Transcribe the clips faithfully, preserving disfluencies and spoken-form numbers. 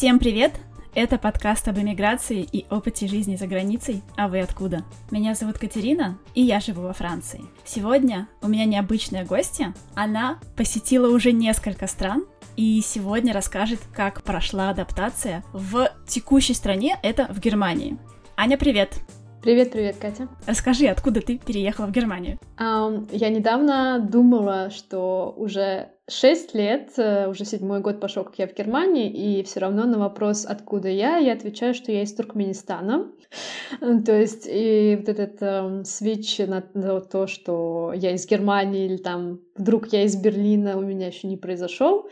Всем привет! Это подкаст об эмиграции и опыте жизни за границей. А вы откуда? Меня зовут Катерина, и я живу во Франции. Сегодня у меня необычная гостья. Она посетила уже несколько стран, и сегодня расскажет, как прошла адаптация в текущей стране, это в Германии. Аня, привет! Привет-привет, Катя. Расскажи, откуда ты переехала в Германию? Um, я недавно думала, что уже шесть лет, уже седьмой год пошел, как я в Германии, и все равно на вопрос, откуда я, я отвечаю, что я из Туркменистана. То есть и вот этот um, свитч на, на то, что я из Германии или там вдруг я из Берлина, у меня еще не произошел.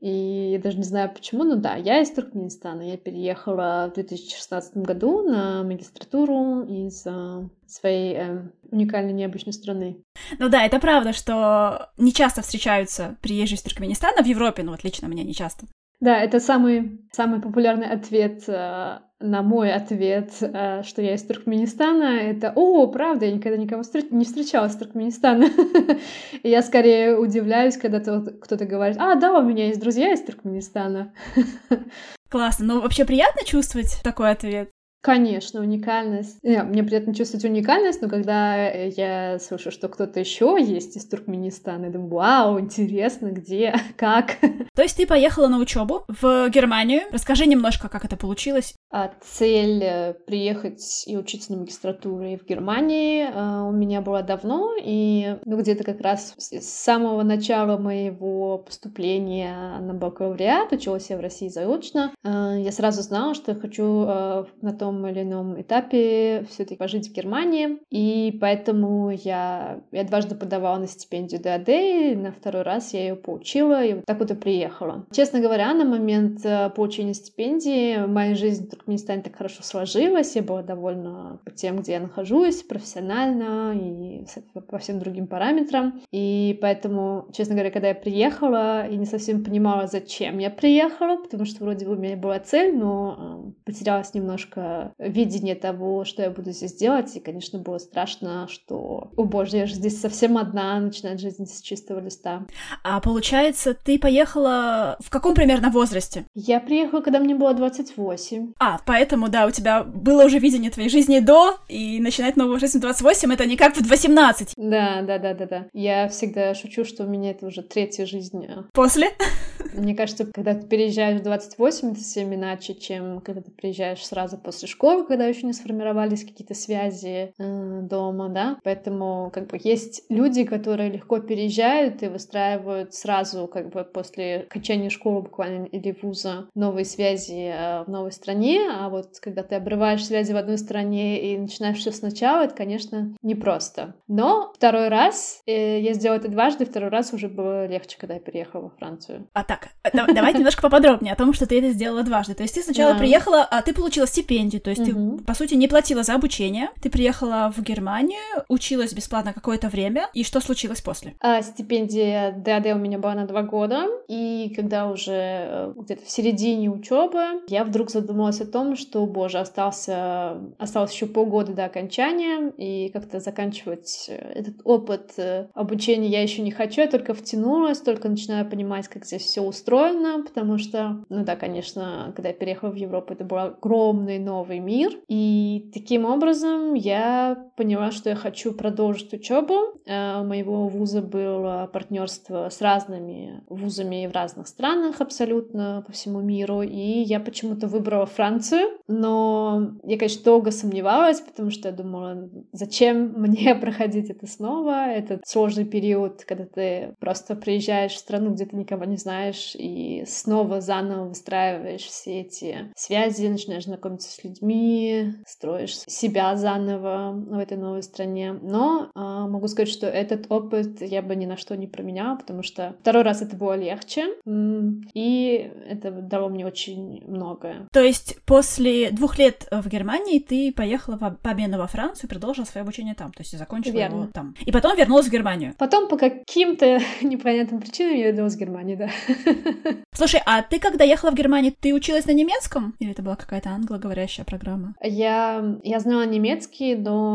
И я даже не знаю почему, но да, я из Туркменистана. Я переехала в две тысячи шестнадцатом году на магистратуру из э, своей э, уникальной, необычной страны. Ну да, это правда, что не часто встречаются приезжие из Туркменистана в Европе, ну вот лично мне не часто. Да, это самый, самый популярный ответ э, на мой ответ, э, что я из Туркменистана. Это «О, правда, я никогда никого встр... не встречала из Туркменистана». И я скорее удивляюсь, когда кто-то говорит «А, да, у меня есть друзья из Туркменистана». Классно. Ну, вообще приятно чувствовать такой ответ? Конечно, уникальность. Не, мне приятно чувствовать уникальность, но когда я слышу, что кто-то еще есть из Туркменистана, я думаю, вау, интересно, где, как. То есть ты поехала на учебу в Германию. Расскажи немножко, как это получилось. А цель приехать и учиться на магистратуре в Германии у меня была давно, и ну, где-то как раз с самого начала моего поступления на бакалавриат, училась я в России заочно, я сразу знала, что я хочу на том или ином этапе все-таки пожить в Германии, и поэтому я, я дважды подавала на стипендию ДААД, и на второй раз я ее получила, и вот так вот и приехала. Честно говоря, на момент получения стипендии моя жизнь в Туркменистане так хорошо сложилась, я была довольна тем, где я нахожусь, профессионально и по всем другим параметрам, и поэтому, честно говоря, когда я приехала, я не совсем понимала, зачем я приехала, потому что вроде бы у меня была цель, но э, потерялась немножко видение того, что я буду здесь делать, и, конечно, было страшно, что, о боже, я же здесь совсем одна, начинать жизнь с чистого листа. А получается, ты поехала в каком примерно возрасте? Я приехала, когда мне было двадцать восемь. А, поэтому, да, у тебя было уже видение твоей жизни до, и начинать новую жизнь в двадцать восемь — это не как в восемнадцать. Да, да, да, да, да. Я всегда шучу, что у меня это уже третья жизнь. После? Мне кажется, когда ты переезжаешь в двадцать восемь, это совсем иначе, чем когда ты приезжаешь сразу после школы, когда еще не сформировались какие-то связи э, дома, да. Поэтому как бы есть люди, которые легко переезжают и выстраивают сразу как бы после окончания школы буквально или вуза новые связи э, в новой стране, а вот когда ты обрываешь связи в одной стране и начинаешь все сначала, это, конечно, непросто. Но второй раз э, я сделала это дважды, второй раз уже было легче, когда я переехала во Францию. А так, давайте немножко поподробнее о том, что ты это сделала дважды. То есть ты сначала да. приехала, а ты получила стипендию, то есть угу. ты, по сути, не платила за обучение, ты приехала в Германию, училась бесплатно какое-то время, и что случилось после? А, стипендия ДААД у меня была на два года, и когда уже где-то в середине учебы я вдруг задумалась о том, что, боже, остался, осталось еще полгода до окончания, и как-то заканчивать этот опыт обучения я еще не хочу, я только втянулась, только начинаю понимать, как здесь все устроено, потому что, ну да, конечно, когда я переехала в Европу, это был огромный новый мир, и таким образом я поняла, что я хочу продолжить учебу. У моего вуза было партнерство с разными вузами в разных странах абсолютно по всему миру, и я почему-то выбрала Францию, но я, конечно, долго сомневалась, потому что я думала, зачем мне проходить это снова, этот сложный период, когда ты просто приезжаешь в страну, где ты никого не знаешь, и снова заново выстраиваешь все эти связи, начинаешь знакомиться с людьми, строишь себя заново в этой новой стране. Но э, могу сказать, что этот опыт я бы ни на что не променяла, потому что второй раз это было легче, и это дало мне очень многое. То есть после двух лет в Германии ты поехала по обмену во Францию и продолжила свое обучение там, то есть закончила Верно. его там. И потом вернулась в Германию. Потом по каким-то непонятным причинам я вернулась в Германию, да. Слушай, а ты когда ехала в Германию, ты училась на немецком? Или это была какая-то англоговорящая программа? Я, я знала немецкий,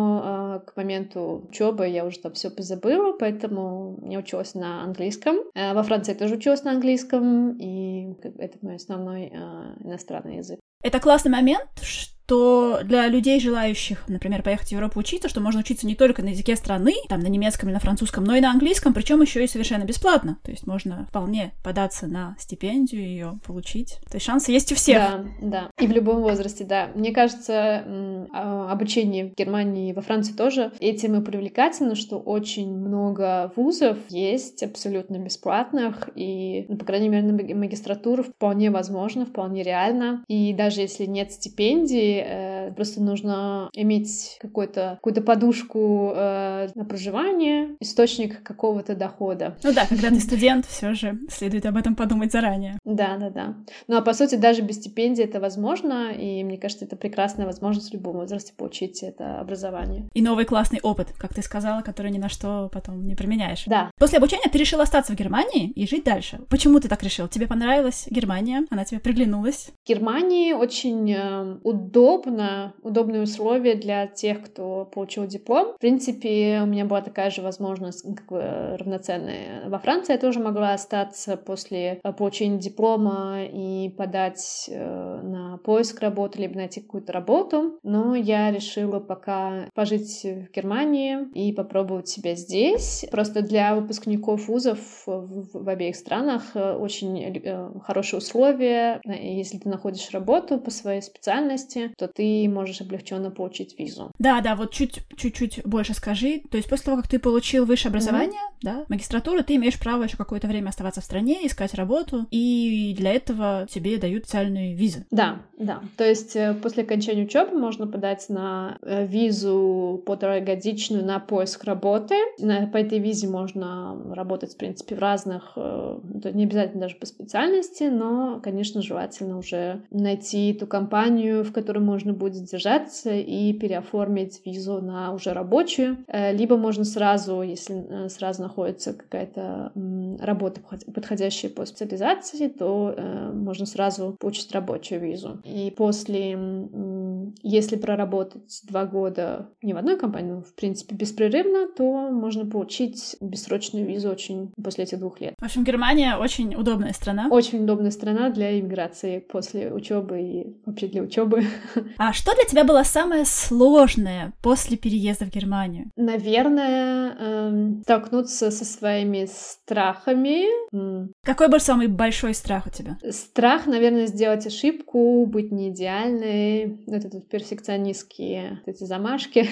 но э, к моменту учебы я уже там все позабыла, поэтому я училась на английском. Э, во Франции я тоже училась на английском, и это мой основной э, иностранный язык. Это классный момент, что для людей, желающих, например, поехать в Европу учиться, что можно учиться не только на языке страны, там, на немецком или на французском, но и на английском, причем еще и совершенно бесплатно. То есть можно вполне податься на стипендию и ее получить. То есть шансы есть у всех. Да, да. И в любом возрасте, да. Мне кажется, обучение в Германии и во Франции тоже этим и привлекательно, что очень много вузов есть абсолютно бесплатных, и, ну, по крайней мере, на магистратуру вполне возможно, вполне реально. И даже если нет стипендий, просто нужно иметь какую-то, какую-то подушку э, на проживание, источник какого-то дохода. Ну да, когда ты студент, все же следует об этом подумать заранее. Да, да, да. Ну а по сути, даже без стипендии это возможно, и мне кажется, это прекрасная возможность в любом возрасте получить это образование. И новый классный опыт, как ты сказала, который ни на что потом не применяешь. Да. После обучения ты решила остаться в Германии и жить дальше. Почему ты так решила? Тебе понравилась Германия? Она тебе приглянулась? В Германии очень э, удобно, удобные условия для тех, кто получил диплом. В принципе, у меня была такая же возможность, как бы равноценная. Во Франции я тоже могла остаться после получения диплома и подать э, на поиск работы, либо найти какую-то работу. Но я решила пока пожить в Германии и попробовать себя здесь. Просто для выпускников вузов в, в обеих странах очень э, хорошие условия. Если ты находишь работу по своей специальности, то ты можешь облегченно получить визу. Да, да, вот чуть, чуть-чуть больше скажи. То есть после того, как ты получил высшее образование, mm-hmm. да, магистратуру, ты имеешь право еще какое-то время оставаться в стране, искать работу, и для этого тебе дают специальные визы. Да, да. То есть после окончания учебы можно подать на визу полуторагодичную на поиск работы. По этой визе можно работать, в принципе, в разных, не обязательно даже по специальности, но, конечно, желательно уже найти ту компанию, в которой можно будет задержаться и переоформить визу на уже рабочую. Либо можно сразу, если сразу находится какая-то работа, подходящая по специализации, то можно сразу получить рабочую визу. И после, если проработать два года не в одной компании, но, в принципе, беспрерывно, то можно получить бессрочную визу очень после этих двух лет. В общем, Германия очень удобная страна. Очень удобная страна для иммиграции после учебы и вообще для учебы. А что для тебя было самое сложное после переезда в Германию? Наверное, эм, столкнуться со своими страхами. Какой был самый большой страх у тебя? Страх, наверное, сделать ошибку, быть не идеальной. Вот это вот перфекционистские вот эти замашки,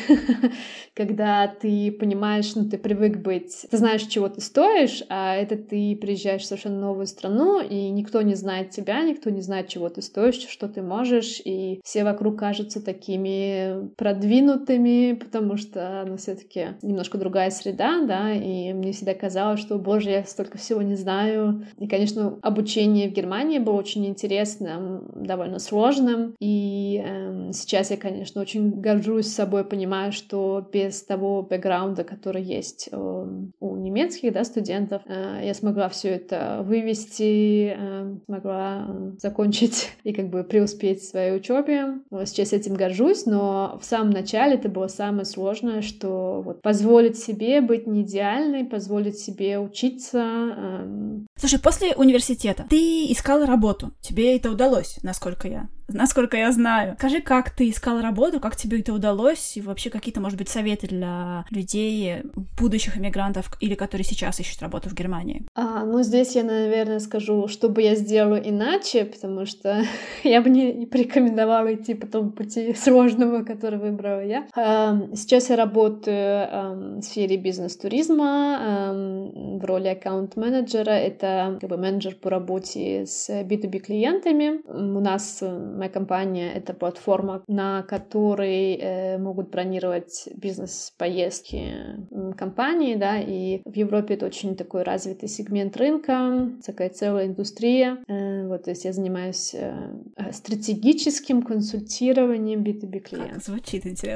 когда ты понимаешь, ну, ты привык быть, ты знаешь, чего ты стоишь, а это ты приезжаешь в совершенно новую страну, и никто не знает тебя, никто не знает, чего ты стоишь, что ты можешь, и все вокруг кажутся такими продвинутыми, потому что, ну, все-таки немножко другая среда, да, и мне всегда казалось, что, боже, я столько всего не знаю. И, конечно, обучение в Германии было очень интересным, довольно сложным, и э, сейчас я, конечно, очень горжусь собой, понимаю, что без того бэкграунда, который есть э, у немецких, да, студентов, э, я смогла все это вывести, э, смогла э, закончить и как бы преуспеть в своей учебе. Сейчас этим горжусь, но в самом начале это было самое сложное, что вот позволить себе быть не идеальной, позволить себе учиться. Эм... Слушай, после университета ты искала работу. Тебе это удалось, насколько я насколько я знаю. Скажи, как ты искала работу, как тебе это удалось, и вообще какие-то, может быть, советы для людей, будущих иммигрантов или которые сейчас ищут работу в Германии? А, ну, здесь я, наверное, скажу, что бы я сделала иначе, потому что я бы не, не порекомендовала идти по тому пути сложного, который выбрала я. А, сейчас я работаю а, в сфере бизнес-туризма а, в роли аккаунт-менеджера. Это как бы менеджер по работе с би ту би клиентами. У нас моя компания — это платформа, на которой э, могут бронировать бизнес-поездки компании, да, и в Европе это очень такой развитый сегмент рынка, такая целая индустрия. Э, вот, то есть я занимаюсь э, стратегическим консультированием би ту би клиентов. Как звучит интересно.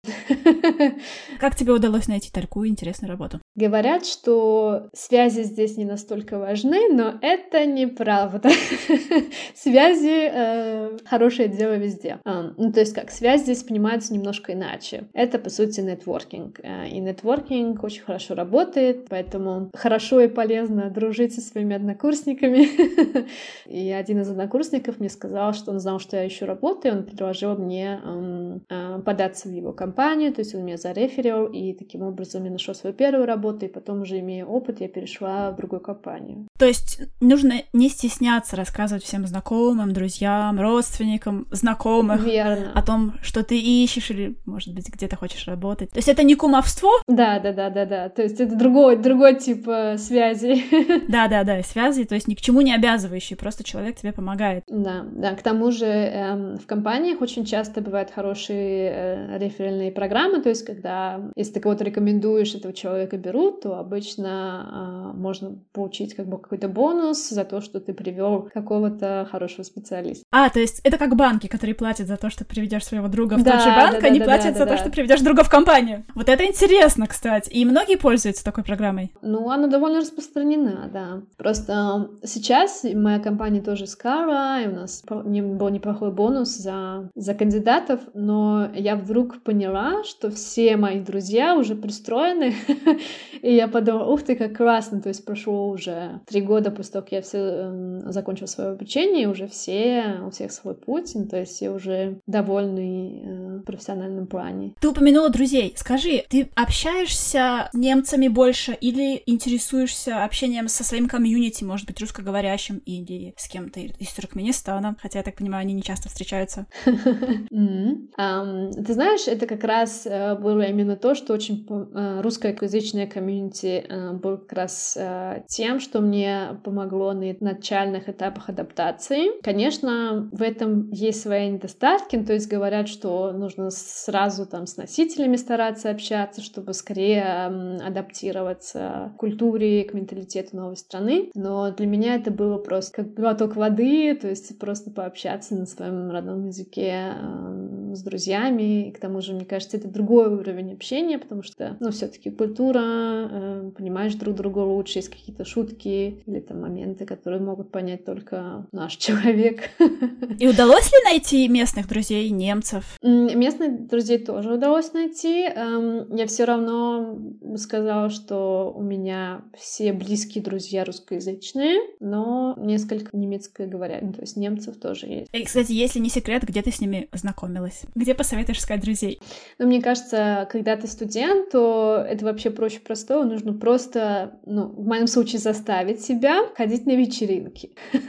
Как тебе удалось найти такую интересную работу? Говорят, что связи здесь не настолько важны, но это неправда. Связи э, хорошее дело везде. А, ну, то есть как, связь здесь понимается немножко иначе. Это, по сути, нетворкинг. И нетворкинг очень хорошо работает, поэтому хорошо и полезно дружить со своими однокурсниками. И один из однокурсников мне сказал, что он знал, что я ищу работу, и он предложил мне э, э, податься в его компанию, то есть он меня зареферил, и таким образом я нашла свою первую работу, и потом, уже имея опыт, я перешла в другую компанию. То есть нужно не стесняться рассказывать всем знакомым, друзьям, родственникам, знакомых Верно. О том, что ты ищешь или, может быть, где-то хочешь работать. То есть это не кумовство? Да, да, да, да, да. То есть это другой, другой тип э, связи. Да, да, да, связи, то есть ни к чему не обязывающие, просто человек тебе помогает. Да, да. К тому же э, в компаниях очень часто бывают хорошие э, реферальные программы, то есть когда, если ты кого-то рекомендуешь, этого человека берут, то обычно э, можно получить как бы какой-то бонус за то, что ты привел какого-то хорошего специалиста. А, то есть это как банки, которые платят за то, что приведешь своего друга в да, тот же банк, да, они да, платят да, за да, то, да. что приведешь друга в компанию. Вот это интересно, кстати. И многие пользуются такой программой. Ну, она довольно распространена, да. Просто сейчас моя компания тоже Scala, и у нас был неплохой бонус за, за кандидатов, но я вдруг поняла, что все мои друзья уже пристроены, и я подумала, ух ты, как классно, то есть прошло уже три года после того, как я все э, закончила свое обучение, и уже все, у всех свой путь, ну, то есть все уже довольны э, в профессиональном плане. Ты упомянула друзей. Скажи, ты общаешься с немцами больше или интересуешься общением со своим комьюнити, может быть, русскоговорящим, или с кем-то из Туркменистана? Хотя, я так понимаю, они не часто встречаются. Ты знаешь, это как раз было именно то, что очень русскоязычное комьюнити было как раз тем, что мне помогло на начальных этапах адаптации. Конечно, в этом есть свои недостатки, то есть говорят, что нужно сразу там с носителями стараться общаться, чтобы скорее адаптироваться к культуре, к менталитету новой страны. Но для меня это было просто как глоток воды, то есть просто пообщаться на своем родном языке э, с друзьями. И к тому же, мне кажется, это другой уровень общения, потому что, ну, все-таки культура, э, понимаешь друг друга лучше, есть какие-то шутки или там моменты, которые могут понять только наш человек. И удалось ли найти местных друзей, немцев? Местных друзей тоже удалось найти. Я все равно сказала, что у меня все близкие друзья русскоязычные, но несколько немецкоговорящих, то есть немцев тоже есть. И, кстати, если не секрет, где ты с ними знакомилась? Где посоветуешь искать друзей? Ну, мне кажется, когда ты студент, то это вообще проще простого. Нужно просто, ну, в моем случае, заставить себя ходить на вечеринки.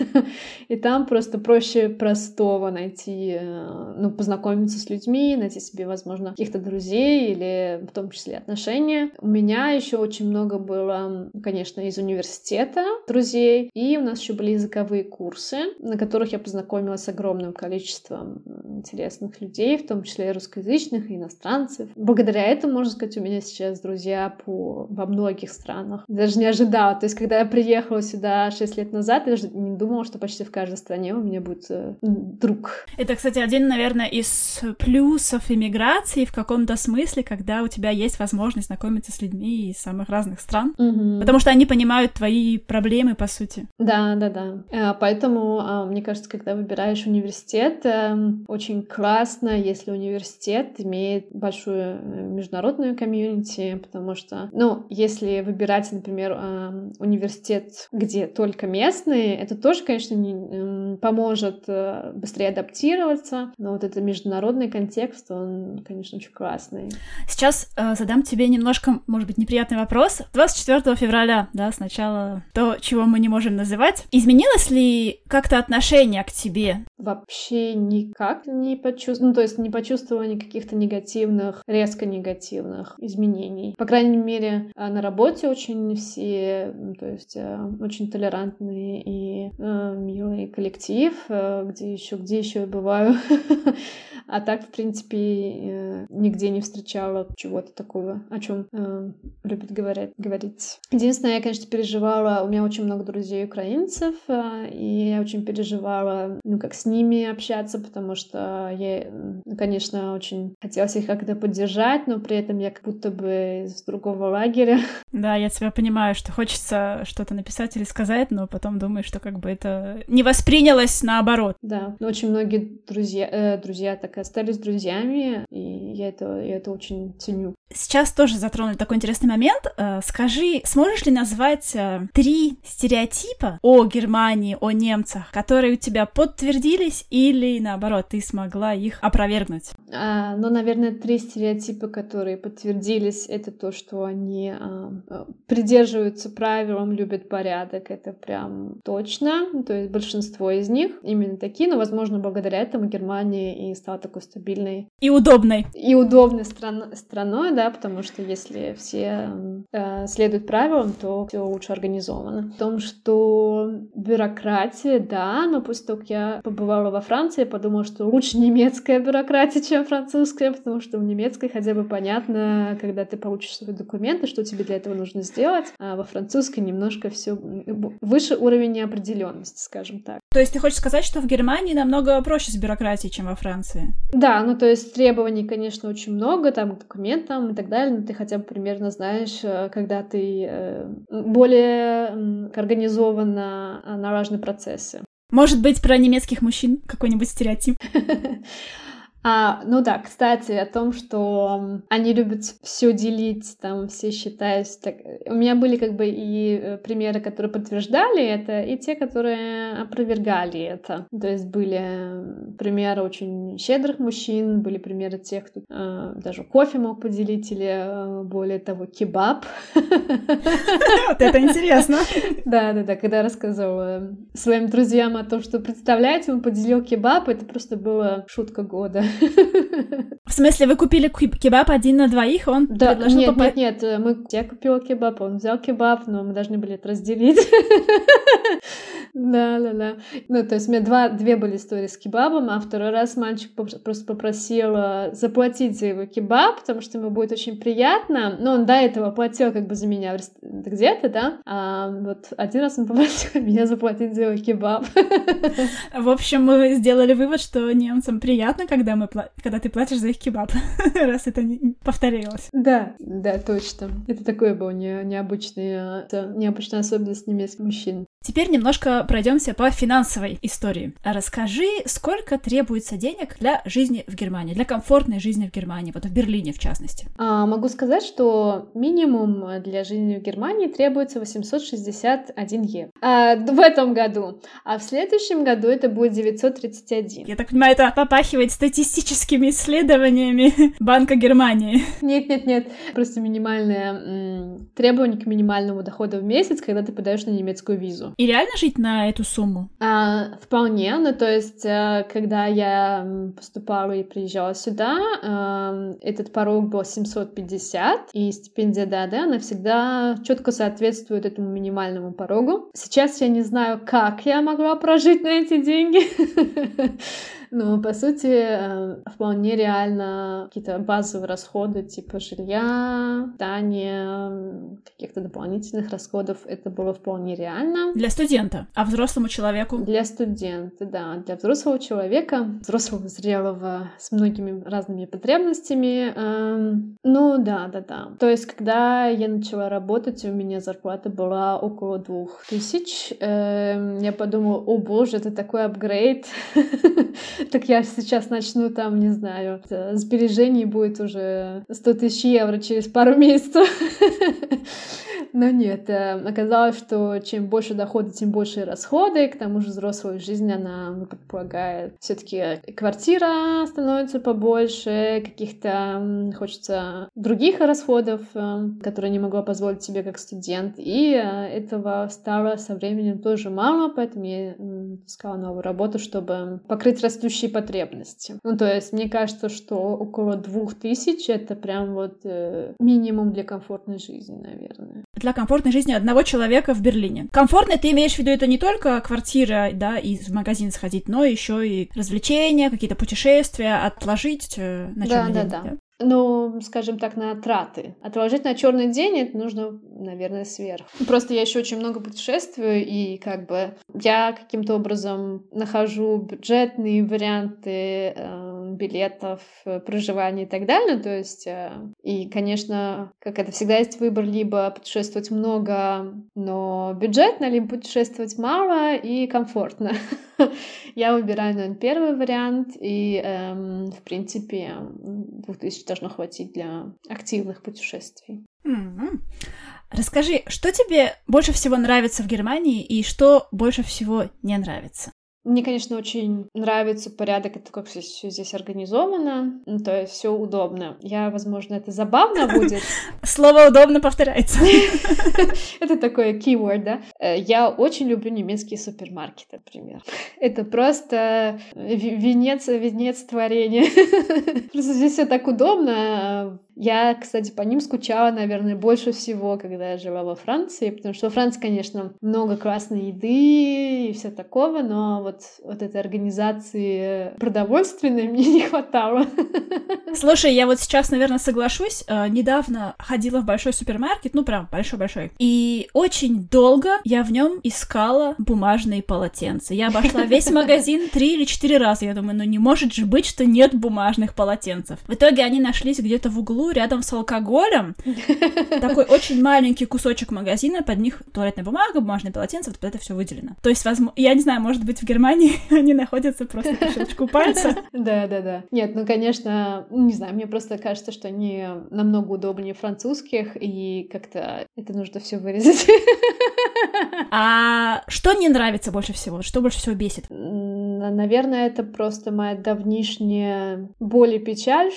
И там просто проще простого найти, ну, познакомиться с людьми, найти себе, возможно, каких-то друзей или в том числе отношения. У меня еще очень много было, конечно, из университета друзей, и у нас еще были языковые курсы, на которых я познакомилась с огромным количеством интересных людей, в том числе и русскоязычных, и иностранцев. Благодаря этому, можно сказать, у меня сейчас друзья по... во многих странах. Даже не ожидала. То есть, когда я приехала сюда шесть лет назад, я даже не думала, что почти в каждой стране у меня будет э, друг. Это, кстати, один, наверное, из плюсов иммиграции в каком-то смысле, когда у тебя есть возможность знакомиться с людьми из самых разных стран, Угу. потому что они понимают твои проблемы, по сути. Да, да, да. Поэтому, мне кажется, когда выбираешь университет, очень классно, если университет имеет большую международную комьюнити, потому что, ну, если выбирать, например, университет, где только местные, это тоже, конечно, не поможет быстрее адаптироваться, но вот этот международный контекст, он, конечно, очень классный. Сейчас э, задам тебе немножко, может быть, неприятный вопрос. двадцать четвёртого февраля, да, сначала то, чего мы не можем называть. Изменилось ли как-то отношение к тебе? Вообще никак не почувствовала, ну, то есть не почувствовала никаких-то негативных, резко негативных изменений. По крайней мере, на работе очень все, то есть очень толерантный и э, милый коллектив, где еще, где еще я бываю. А так, в принципе, нигде не встречала чего-то такого, о чем э, любят говорить, говорить. Единственное, я, конечно, переживала, у меня очень много друзей украинцев, э, и я очень переживала, ну, как с ними общаться, потому что я, ну, конечно, очень хотелось их как-то поддержать, но при этом я как будто бы из другого лагеря. Да, я тебя понимаю, что хочется что-то написать или сказать, но потом думаешь, что как бы это не воспринялось наоборот. Да, но очень многие друзья, э, друзья так и остались друзьями, и я это, я это очень ценю. Сейчас тоже затронули такой интересный момент. Скажи, сможешь ли назвать три стереотипа о Германии, о немцах, которые у тебя подтвердились или, наоборот, ты смогла их опровергнуть? А, ну, наверное, три стереотипа, которые подтвердились, это то, что они а, придерживаются правилам, любят порядок, это прям точно, то есть большинство из них именно такие, но, возможно, благодаря этому Германия и стала такой стабильной. И удобной. И удобной стран- страной, да, потому что если все э, следуют правилам, то все лучше организовано. В том, что бюрократия, да, но после того, как я побывала во Франции, я подумала, что лучше немецкая бюрократия, чем французская, потому что в немецкой хотя бы понятно, когда ты получишь свои документы, что тебе для этого нужно сделать, а во французской немножко все выше уровень неопределенности, скажем так. То есть ты хочешь сказать, что в Германии намного проще с бюрократией, чем во Франции? Да, ну то есть требований, конечно, очень много, там, к документам и так далее, но ты хотя бы примерно знаешь, когда ты более организованно налажены процессы. Может быть, про немецких мужчин какой-нибудь стереотип? А, ну да, кстати, о том, что они любят все делить, там все считают... Так... У меня были как бы и примеры, которые подтверждали это, и те, которые опровергали это. То есть были примеры очень щедрых мужчин, были примеры тех, кто э, даже кофе мог поделить, или э, более того, кебаб. Вот это интересно. Да-да-да, когда я рассказывала своим друзьям о том, что, представляете, он поделил кебаб, это просто была шутка года. В смысле, вы купили кебаб один на двоих, он да, предложил нет, попасть? Нет, нет, мы... я купила кебаб, он взял кебаб, но мы должны были это разделить. Да-да-да. Ну, то есть у меня два, две были истории с кебабом, а второй раз мальчик просто попросил заплатить за его кебаб, потому что ему будет очень приятно, но он до этого платил как бы за меня где-то, да, а вот один раз он попросил меня заплатить за его кебаб. В общем, мы сделали вывод, что немцам приятно, когда, мы пла... когда ты платишь за их кебаб, раз это не повторилось. Да, да, точно. Это такое было не, необычное, необычная особенность немецких мужчин. Теперь немножко пройдемся по финансовой истории. Расскажи, сколько требуется денег для жизни в Германии, для комфортной жизни в Германии, вот в Берлине в частности? А, могу сказать, что минимум для жизни в Германии требуется восемьсот шестьдесят один евро а, в этом году, а в следующем году это будет девятьсот тридцать один. Я так понимаю, это попахивает статистическими исследованиями Банка Германии. Нет-нет-нет, просто минимальное м- требование к минимальному доходу в месяц, когда ты подаешь на немецкую визу. И реально жить на эту сумму? А, вполне, ну то есть, когда я поступала и приезжала сюда, этот порог был семьсот пятьдесят, и стипендия ДАД, она всегда четко соответствует этому минимальному порогу. Сейчас я не знаю, как я могла прожить на эти деньги, но, по сути, вполне реально какие-то базовые расходы, типа жилья, питания, каких-то дополнительных расходов, это было вполне реально. Для студента, а взрослому человеку? Для студента, да. Для взрослого человека, взрослого, зрелого, с многими разными потребностями. Эм, ну, да, да, да. То есть, когда я начала работать, у меня зарплата была около двух тысяч. Эм, я подумала, о боже, это такой апгрейд. Так я сейчас начну там, не знаю, сбережений будет уже сто тысяч евро через пару месяцев. Но нет, оказалось, что чем больше дохода, тем больше расходы. К тому же взрослая жизнь, она предполагает все-таки квартира становится побольше, каких-то хочется других расходов, которые не могла позволить себе как студент. И этого стало со временем тоже мало, поэтому я искала новую работу, чтобы покрыть растущие потребности. Ну, то есть мне кажется, что около двух тысяч это прям вот минимум для комфортной жизни, наверное. для комфортной жизни одного человека в Берлине. Комфортно ты имеешь в виду это не только квартира, да, и в магазин сходить, но еще и развлечения, какие-то путешествия, отложить э, на черный да, день. Да, да, да. Ну, скажем так, на траты. Отложить на черный день это нужно, наверное, сверх. Просто я еще очень много путешествую, и как бы я каким-то образом нахожу бюджетные варианты э, билетов, проживания и так далее. То есть, э, и, конечно, как это всегда есть выбор, либо путешествовать много, но бюджетно, либо путешествовать мало и комфортно. Я выбираю, наверное, первый вариант, и, эм, в принципе, двух тысяч должно хватить для активных путешествий. Mm-hmm. Расскажи, что тебе больше всего нравится в Германии и что больше всего не нравится? Мне, конечно, очень нравится порядок, это как все здесь организовано, ну, то есть все удобно. Я, возможно, это забавно будет. Слово «удобно» повторяется. Это такое keyword, да? Я очень люблю немецкие супермаркеты, например. Это просто венец, венец творения. Просто здесь все так удобно. Я, кстати, по ним скучала, наверное, больше всего, когда я жила во Франции, потому что во Франции, конечно, много классной еды и все такого, но вот, вот этой организации продовольственной мне не хватало. Слушай, я вот сейчас, наверное, соглашусь. Недавно ходила в большой супермаркет, ну, прям большой-большой, и очень долго я в нем искала бумажные полотенца. Я обошла весь магазин три или четыре раза. Я думаю, ну не может же быть, что нет бумажных полотенцев. В итоге они нашлись где-то в углу рядом с алкоголем. Такой очень маленький кусочек магазина, под них туалетная бумага, бумажные полотенца, вот под это все выделено. То есть, возможно, я не знаю, может быть, в Германии они находятся просто по щелчку пальца. Да-да-да. Нет, ну, конечно, не знаю, мне просто кажется, что они намного удобнее французских, и как-то это нужно все вырезать. А что не нравится больше всего? Что больше всего бесит? Наверное, это просто моя давнишняя боль и печаль,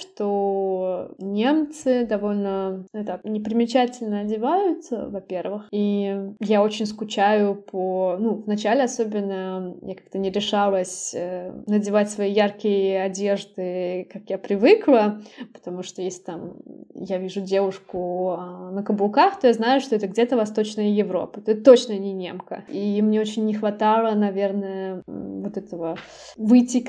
что немцы довольно это, непримечательно одеваются, во-первых. И я очень скучаю по... Ну, вначале особенно я как-то не решалась э, надевать свои яркие одежды, как я привыкла, потому что если там я вижу девушку э, на каблуках, то я знаю, что это где-то Восточная Европа. Это точно не немка. И мне очень не хватало, наверное, вот этого выйти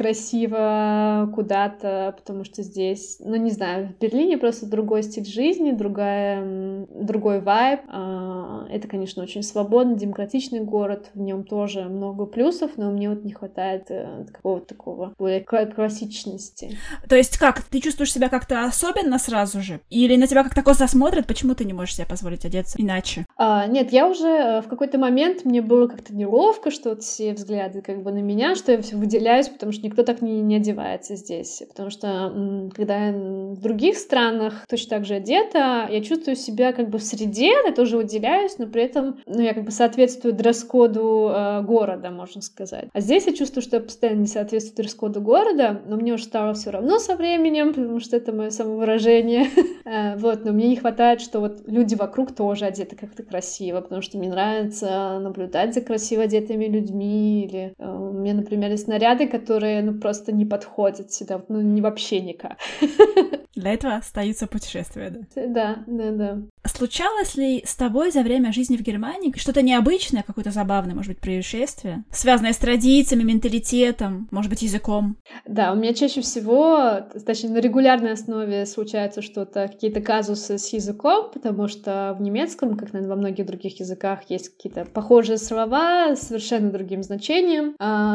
красиво куда-то, потому что здесь, ну, не знаю, в Берлине просто другой стиль жизни, другая, другой вайб. Это, конечно, очень свободный, демократичный город, в нем тоже много плюсов, но мне вот не хватает какого-то такого более классичности. То есть как? Ты чувствуешь себя как-то особенно сразу же? Или на тебя как-то косо смотрят, почему ты не можешь себе позволить одеться иначе? А, нет, я уже в какой-то момент, мне было как-то неловко, что вот все взгляды как бы на меня, что я все выделяюсь, потому что никто так не, не одевается здесь. Потому что м, когда я в других странах точно так же одета, я чувствую себя как бы в среде, я тоже выделяюсь, но при этом ну, я как бы соответствую дресс-коду э, города, можно сказать. А здесь я чувствую, что я постоянно не соответствую дресс-коду города, но мне уже стало все равно со временем, потому что это мое самовыражение. Вот, но мне не хватает, что вот люди вокруг тоже одеты как-то красиво, потому что мне нравится наблюдать за красиво одетыми людьми, или э, у меня, например, есть наряды, которые, ну, просто не подходят сюда, ну, не вообще никак. Для этого остаются путешествия, да? Да, да, да. Случалось ли с тобой за время жизни в Германии что-то необычное, какое-то забавное, может быть, происшествие, связанное с традициями, менталитетом, может быть, языком? Да, у меня чаще всего, точнее, на регулярной основе случается что-то, какие-то казусы с языком, потому что в немецком, как, наверное, во многих других языках, есть какие-то похожие слова с совершенно другим значением,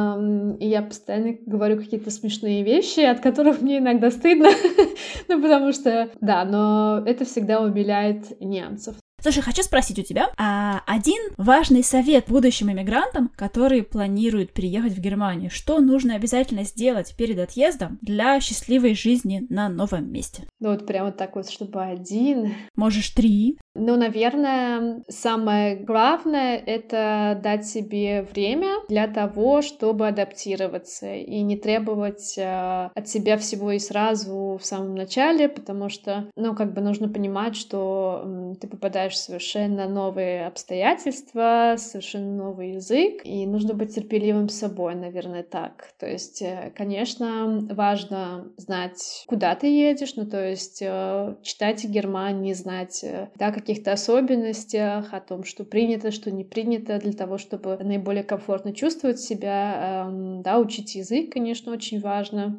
и я постоянно говорю какие-то смешные вещи, от которых мне иногда стыдно, ну, потому что, да, но это всегда умиляет немцев. Слушай, хочу спросить у тебя, а один важный совет будущим иммигрантам, которые планируют переехать в Германию, что нужно обязательно сделать перед отъездом для счастливой жизни на новом месте? Ну вот прямо так вот, чтобы один. Можешь три. Ну, наверное, самое главное — это дать себе время для того, чтобы адаптироваться и не требовать э, от себя всего и сразу в самом начале, потому что, ну, как бы нужно понимать, что э, ты попадаешь в совершенно новые обстоятельства, совершенно новый язык, и нужно быть терпеливым с собой, наверное, так. То есть, э, конечно, важно знать, куда ты едешь, ну, то есть э, читать о Германии, знать, э, да, как каких-то особенностях, о том, что принято, что не принято, для того, чтобы наиболее комфортно чувствовать себя. Да, учить язык, конечно, очень важно,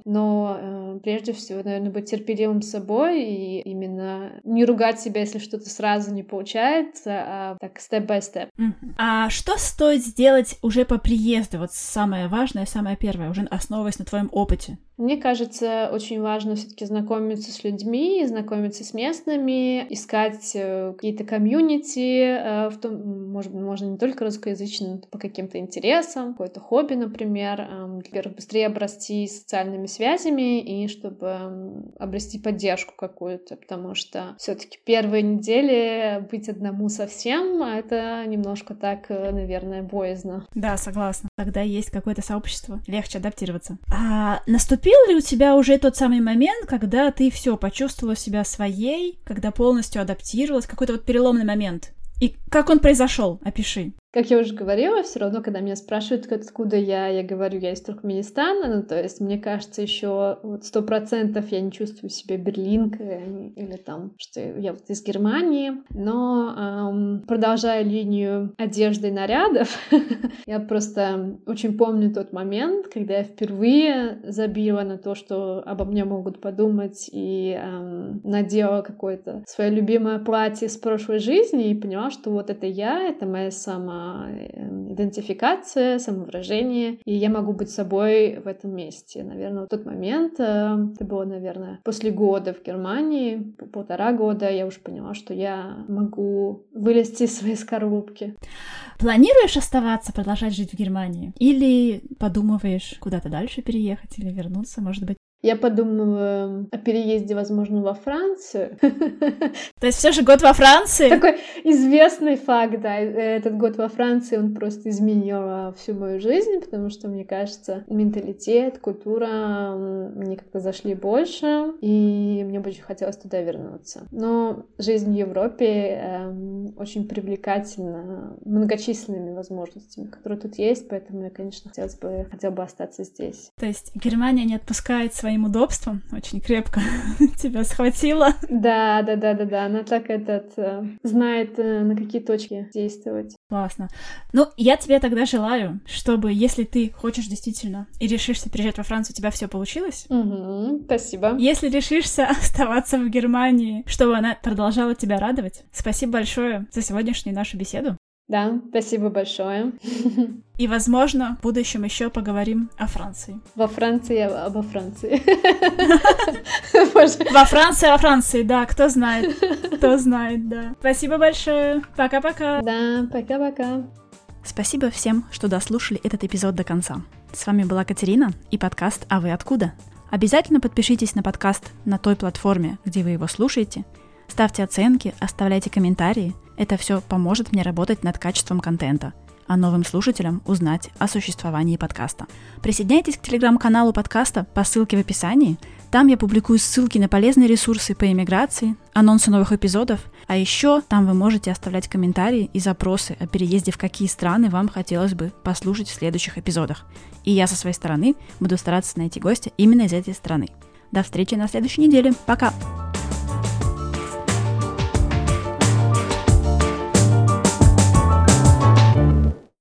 но прежде всего, наверное, быть терпеливым с собой и именно не ругать себя, если что-то сразу не получается, а так степ-бай-степ. Uh-huh. А что стоит сделать уже по приезду? Вот самое важное, самое первое, уже основываясь на твоем опыте. Мне кажется, очень важно все-таки знакомиться с людьми, знакомиться с местными, искать какие-то комьюнити, в том, может быть, можно не только русскоязычным, но по каким-то интересам, какое-то хобби, например, во-первых, быстрее обрасти социальными связями и чтобы обрести поддержку какую-то, потому что все-таки первые недели быть одному совсем, это немножко так, наверное, боязно. Да, согласна. Когда есть какое-то сообщество, легче адаптироваться. А наступил ли у тебя уже тот самый момент, когда ты все почувствовала себя своей, когда полностью адаптировалась, какой-то вот переломный момент? И как он произошел? Опиши. Как я уже говорила, все равно, когда меня спрашивают, откуда я, я говорю, я из Туркменистана, ну, то есть, мне кажется, еще сто процентов я не чувствую себя берлинкой или там, что я вот из Германии, но эм, продолжая линию одежды и нарядов, я просто очень помню тот момент, когда я впервые забила на то, что обо мне могут подумать, и эм, надела какое-то свое любимое платье с прошлой жизни и поняла, что вот это я, это моя сама идентификация, самовыражение, и я могу быть собой в этом месте. Наверное, в тот момент, это было, наверное, после года в Германии, полтора года, я уже поняла, что я могу вылезти из своей скорлупки. Планируешь оставаться, продолжать жить в Германии? Или подумываешь куда-то дальше переехать или вернуться, может быть? Я подумала о переезде, возможно, во Францию. То есть все же год во Франции? Такой известный факт, да. Этот год во Франции, он просто изменил всю мою жизнь, потому что, мне кажется, менталитет, культура мне как-то зашли больше, и мне бы очень хотелось туда вернуться. Но жизнь в Европе э, очень привлекательна многочисленными возможностями, которые тут есть, поэтому я, конечно, хотелось бы, хотела бы остаться здесь. То есть Германия не отпускает своим удобством, очень крепко тебя схватила. Да, да, да, да, да. Она так этот э, знает, э, на какие точки действовать. Классно. Ну, я тебе тогда желаю, чтобы, если ты хочешь действительно и решишься переезжать во Францию, у тебя все получилось. Угу, спасибо. Если решишься оставаться в Германии, чтобы она продолжала тебя радовать. Спасибо большое за сегодняшнюю нашу беседу. Да, спасибо большое. И, возможно, в будущем еще поговорим о Франции. Во Франции, обо Франции. Во Франции, во Франции, да, кто знает. Кто знает, да. Спасибо большое. Пока-пока. Да, пока-пока. Спасибо всем, что дослушали этот эпизод до конца. С вами была Катерина и подкаст «А вы откуда?». Обязательно подпишитесь на подкаст на той платформе, где вы его слушаете. Ставьте оценки, оставляйте комментарии. Это все поможет мне работать над качеством контента, а новым слушателям узнать о существовании подкаста. Присоединяйтесь к телеграм-каналу подкаста по ссылке в описании. Там я публикую ссылки на полезные ресурсы по иммиграции, анонсы новых эпизодов, а еще там вы можете оставлять комментарии и запросы о переезде, в какие страны вам хотелось бы послушать в следующих эпизодах. И я со своей стороны буду стараться найти гостя именно из этой страны. До встречи на следующей неделе. Пока!